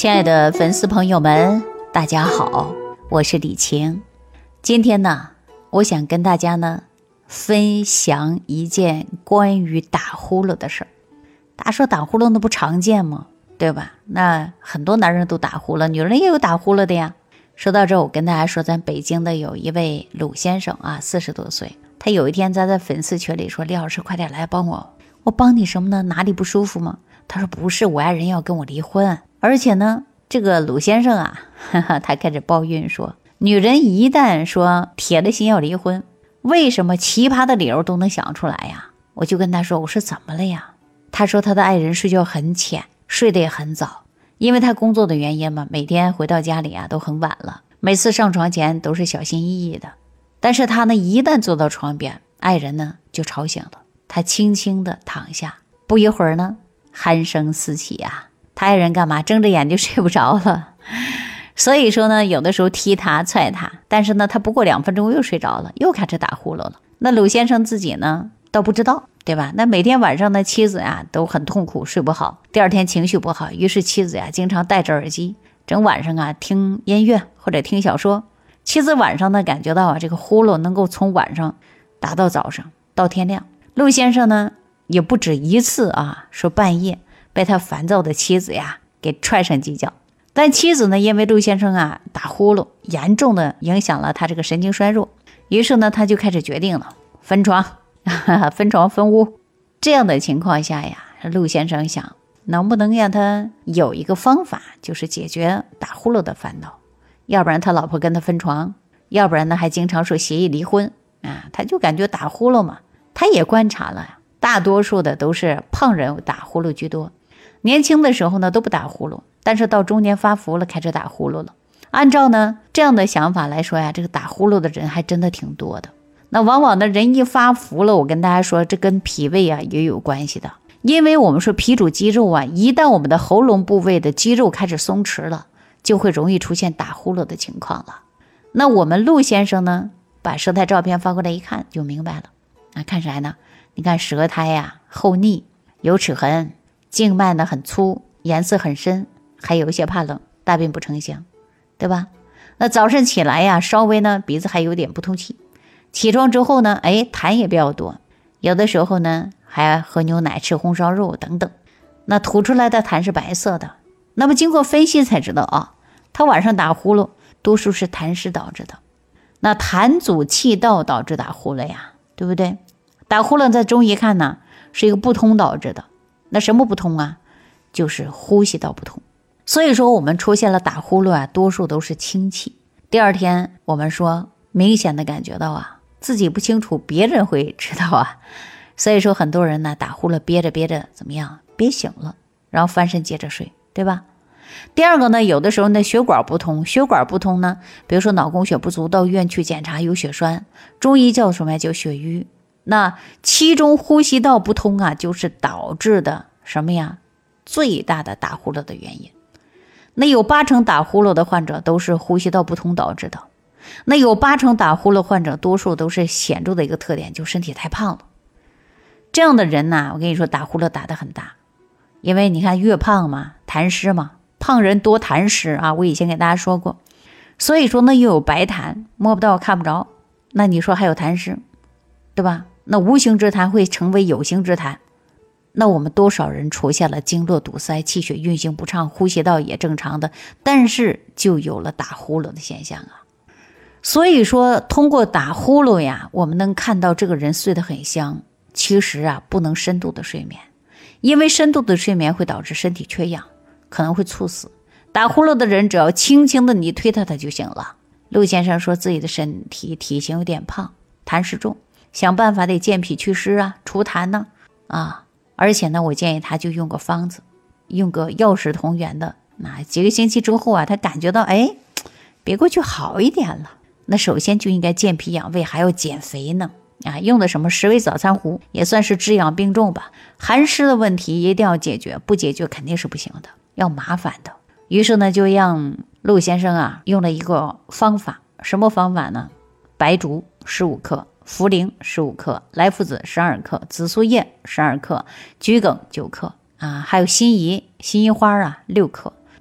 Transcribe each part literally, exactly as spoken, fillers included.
亲爱的粉丝朋友们，大家好，我是李晴。今天呢，我想跟大家呢分享一件关于打呼噜的事儿。大家说打呼噜那不常见吗？对吧？那很多男人都打呼噜，女人也有打呼噜的呀。说到这，我跟大家说，咱北京的有一位鲁先生啊，四十多岁，他有一天在在粉丝群里说：“李老师，快点来帮我，我帮你什么呢？哪里不舒服吗？”他说：“不是，我爱人要跟我离婚，而且呢，这个鲁先生啊，哈哈，他开始抱怨说，女人一旦说铁了心要离婚，为什么奇葩的理由都能想出来呀？”我就跟他说：“我说怎么了呀？”他说他的爱人睡觉很浅，睡得也很早，因为他工作的原因嘛，每天回到家里啊都很晚了，每次上床前都是小心翼翼的。但是他呢，一旦坐到床边，爱人呢就吵醒了，他轻轻地躺下，不一会儿呢，鼾声四起啊，他爱人干嘛？睁着眼就睡不着了。所以说呢，有的时候踢他踹他，但是呢，他不过两分钟又睡着了，又开始打呼噜了。那鲁先生自己呢倒不知道，对吧？那每天晚上呢，妻子呀都很痛苦，睡不好，第二天情绪不好，于是妻子呀经常戴着耳机，整晚上啊听音乐或者听小说。妻子晚上呢感觉到啊这个呼噜能够从晚上打到早上到天亮。陆先生呢也不止一次啊说半夜被他烦躁的妻子呀给踹上几脚。但妻子呢因为陆先生啊打呼噜严重的影响了他这个神经衰弱，于是呢他就开始决定了分床分床分屋。这样的情况下呀，陆先生想能不能让他有一个方法，就是解决打呼噜的烦恼，要不然他老婆跟他分床，要不然呢还经常说协议离婚啊。他就感觉打呼噜嘛，他也观察了，大多数的都是胖人打呼噜居多，年轻的时候呢都不打呼噜，但是到中年发福了开始打呼噜了。按照呢这样的想法来说呀，这个打呼噜的人还真的挺多的。那往往呢人一发福了，我跟大家说这跟脾胃啊也有关系的，因为我们说脾主肌肉啊，一旦我们的喉咙部位的肌肉开始松弛了，就会容易出现打呼噜的情况了。那我们陆先生呢把舌苔照片发过来一看就明白了啊，看啥呢？你看舌苔呀、啊、厚腻，有齿痕，静脉呢很粗，颜色很深，还有一些怕冷，大便不成形，对吧？那早上起来呀，稍微呢鼻子还有点不通气，起床之后呢，哎，痰也比较多，有的时候呢还喝牛奶、吃红烧肉等等，那吐出来的痰是白色的。那么经过分析才知道啊，他晚上打呼噜多数是痰湿导致的。那痰阻气道导致打呼噜呀，对不对？打呼噜在中医看呢是一个不通导致的。那什么不通啊？就是呼吸道不通。所以说我们出现了打呼噜啊，多数都是清气。第二天我们说明显的感觉到啊，自己不清楚，别人会知道啊。所以说很多人呢打呼噜憋着憋着怎么样？憋醒了，然后翻身接着睡，对吧？第二个呢，有的时候呢血管不通，血管不通呢，比如说脑供血不足，到医院去检查有血栓，中医叫什么？叫血瘀。那其中呼吸道不通啊，就是导致的什么呀？最大的打呼噜的原因。那有八成打呼噜的患者都是呼吸道不通导致的。那有八成打呼噜患者多数都是显著的一个特点，就身体太胖了。这样的人呢，我跟你说打呼噜打得很大，因为你看越胖嘛，痰湿嘛，胖人多痰湿啊，我以前给大家说过。所以说呢又有白痰，摸不到看不着，那你说还有痰湿，对吧？那无形之痰会成为有形之痰，那我们多少人出现了经络堵塞、气血运行不畅、呼吸道也正常的，但是就有了打呼噜的现象啊。所以说通过打呼噜呀，我们能看到这个人睡得很香。其实啊不能深度的睡眠，因为深度的睡眠会导致身体缺氧，可能会猝死。打呼噜的人只要轻轻的你推他他就醒了。陆先生说自己的身体体型有点胖，痰湿重，想办法得健脾祛湿啊，除痰呢啊。而且呢我建议他就用个方子，用个药食同源的，那几个星期之后啊他感觉到哎别过去好一点了，那首先就应该健脾养胃，还要减肥呢啊，用的什么十味早餐壶也算是治养并重吧。寒湿的问题一定要解决，不解决肯定是不行的，要麻烦的。于是呢就让陆先生啊用了一个方法，什么方法呢？白术十五克，茯苓十五克，莱菔子十二克，紫苏叶十二克，桔梗九克啊，还有辛夷辛夷花啊六克，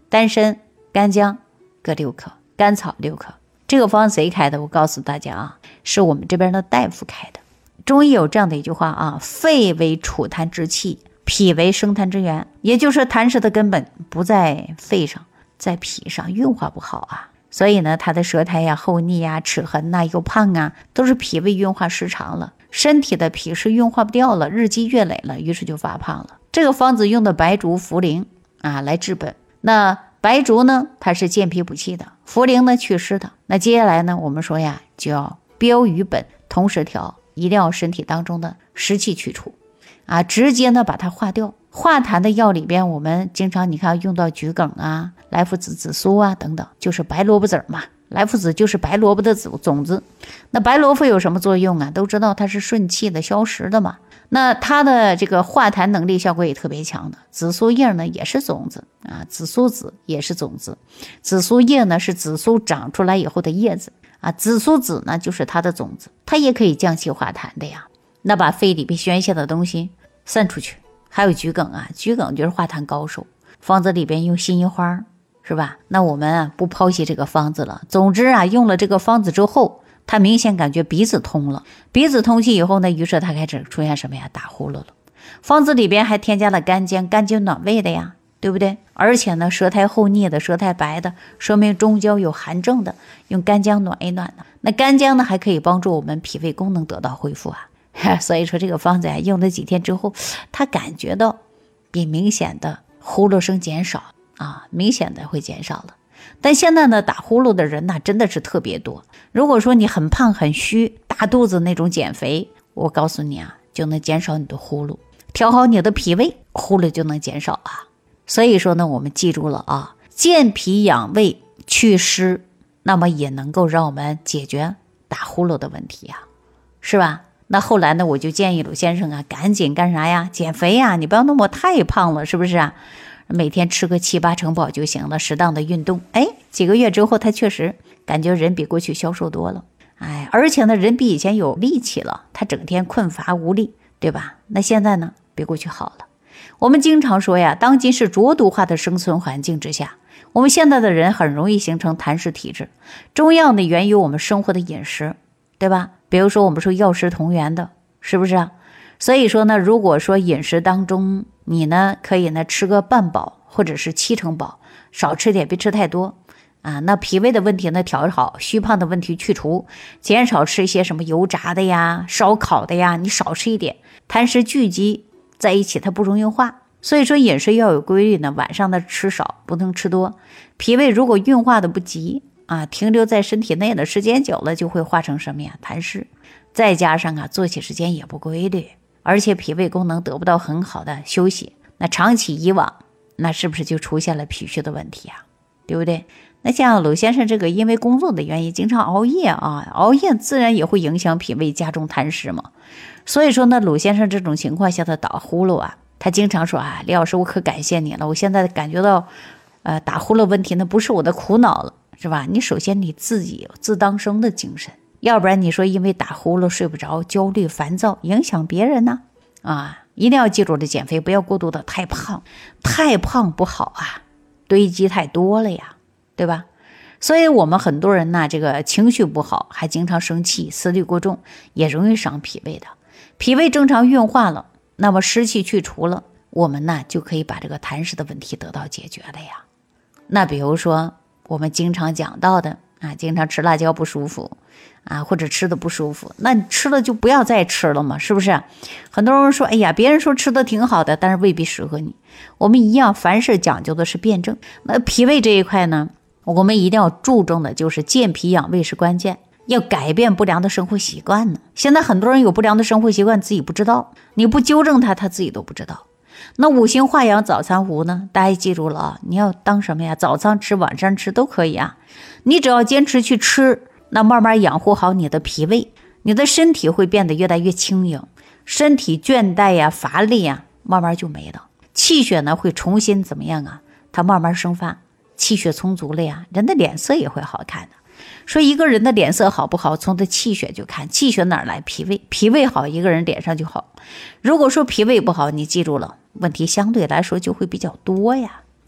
丹参、干姜各六克，甘草六克。这个方谁开的？我告诉大家啊，是我们这边的大夫开的。中医有这样的一句话啊，肺为储痰之器，脾为生痰之源，也就是痰湿的根本不在肺上，在脾上，运化不好啊。所以呢，他的舌苔呀、厚腻呀、齿痕呐、又胖啊，都是脾胃运化失常了，身体的脾湿运化不掉了，日积月累了，于是就发胖了。这个方子用的白术、茯苓啊来治本。那白术呢，它是健脾补气的；茯苓呢，祛湿的。那接下来呢，我们说呀，就要标与本，同时调，一定要身体当中的湿气去除啊，直接呢把它化掉。化痰的药里边，我们经常你看用到桔梗啊、莱菔子、紫苏啊等等，就是白萝卜籽嘛。莱菔子就是白萝卜的种子。那白萝卜有什么作用啊？都知道它是顺气的、消食的嘛。那它的这个化痰能力效果也特别强的。紫苏叶呢也是种子啊，紫苏籽也是种子，紫苏叶呢是紫苏长出来以后的叶子啊，紫苏籽呢就是它的种子，它也可以降气化痰的呀。那把肺里边宣泄的东西散出去。还有桔梗啊，桔梗就是化痰高手，方子里边用辛夷花，是吧？那我们啊不剖析这个方子了。总之啊，用了这个方子之后，他明显感觉鼻子通了，鼻子通气以后呢，于是他开始出现什么呀？打呼噜了。方子里边还添加了干姜，干姜暖胃的呀，对不对？而且呢，舌苔厚腻的、舌苔白的，说明中焦有寒症的，用干姜暖一暖呢。那干姜呢，还可以帮助我们脾胃功能得到恢复啊。所以说这个方子呀，用了几天之后，他感觉到比明显的呼噜声减少啊，明显的会减少了。但现在呢，打呼噜的人呢，真的是特别多。如果说你很胖很虚，大肚子那种减肥，我告诉你啊，就能减少你的呼噜，调好你的脾胃，呼噜就能减少啊。所以说呢，我们记住了啊，健脾养胃祛湿，那么也能够让我们解决打呼噜的问题呀，是吧？那后来呢，我就建议鲁先生啊，赶紧干啥呀？减肥呀！你不要那么太胖了，是不是啊？每天吃个七八成饱就行了，适当的运动。哎，几个月之后，他确实感觉人比过去消瘦多了。哎，而且呢，人比以前有力气了，他整天困乏无力，对吧？那现在呢，比过去好了。我们经常说呀，当今是浊毒化的生存环境之下，我们现在的人很容易形成痰湿体质。中药呢，源于我们生活的饮食，对吧？比如说我们说药食同源的，是不是啊？所以说呢，如果说饮食当中你呢可以呢吃个半饱或者是七成饱，少吃点，别吃太多啊。那脾胃的问题呢调好，虚胖的问题去除，减少吃一些什么油炸的呀、烧烤的呀，你少吃一点，痰湿聚集在一起它不容易化。所以说饮食要有规律呢，晚上的吃少，不能吃多。脾胃如果运化的不急啊，停留在身体内的时间久了，就会化成什么呀？痰湿。再加上啊，作息时间也不规律，而且脾胃功能得不到很好的休息，那长期以往，那是不是就出现了脾虚的问题啊？对不对？那像鲁先生这个因为工作的原因经常熬夜啊，熬夜自然也会影响脾胃，加重痰湿嘛。所以说呢，鲁先生这种情况下的打呼噜啊，他经常说啊，李老师，我可感谢你了，我现在感觉到呃打呼噜问题呢不是我的苦恼了，是吧？你首先你自己有自当生的精神，要不然你说因为打呼噜睡不着，焦虑烦躁，影响别人呢啊！一定要记住了，减肥不要过度的太胖，太胖不好啊，堆积太多了呀，对吧？所以我们很多人呢，这个情绪不好，还经常生气，思虑过重，也容易伤脾胃的。脾胃正常运化了，那么湿气去除了，我们呢就可以把这个痰湿的问题得到解决了呀。那比如说我们经常讲到的啊，经常吃辣椒不舒服啊，或者吃的不舒服，那你吃了就不要再吃了嘛，是不是？很多人说，哎呀，别人说吃的挺好的，但是未必适合你。我们一样，凡事讲究的是辩证。那脾胃这一块呢，我们一定要注重的就是健脾养胃是关键，要改变不良的生活习惯呢。现在很多人有不良的生活习惯自己不知道，你不纠正他，他自己都不知道。那五行化养早餐壶呢，大家记住了啊，你要当什么呀？早餐吃晚上吃都可以啊，你只要坚持去吃，那慢慢养护好你的脾胃，你的身体会变得越来越轻盈，身体倦怠呀、乏力呀慢慢就没了，气血呢会重新怎么样啊？它慢慢生发，气血充足了呀，人的脸色也会好看的。说一个人的脸色好不好，从他气血就看，气血哪儿来？脾胃，脾胃好，一个人脸上就好。如果说脾胃不好，你记住了，问题相对来说就会比较多呀。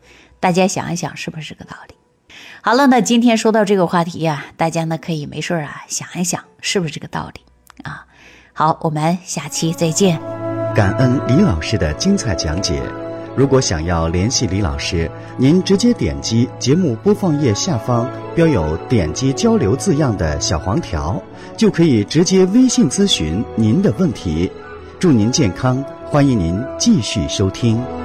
大家想一想是不是这个道理？好了，那今天说到这个话题啊，大家呢可以没事啊想一想是不是这个道理啊。好，我们下期再见。 感恩李老师的精彩讲解。如果想要联系李老师，您直接点击节目播放页下方标有点击交流字样的小黄条，就可以直接微信咨询您的问题。祝您健康，欢迎您继续收听。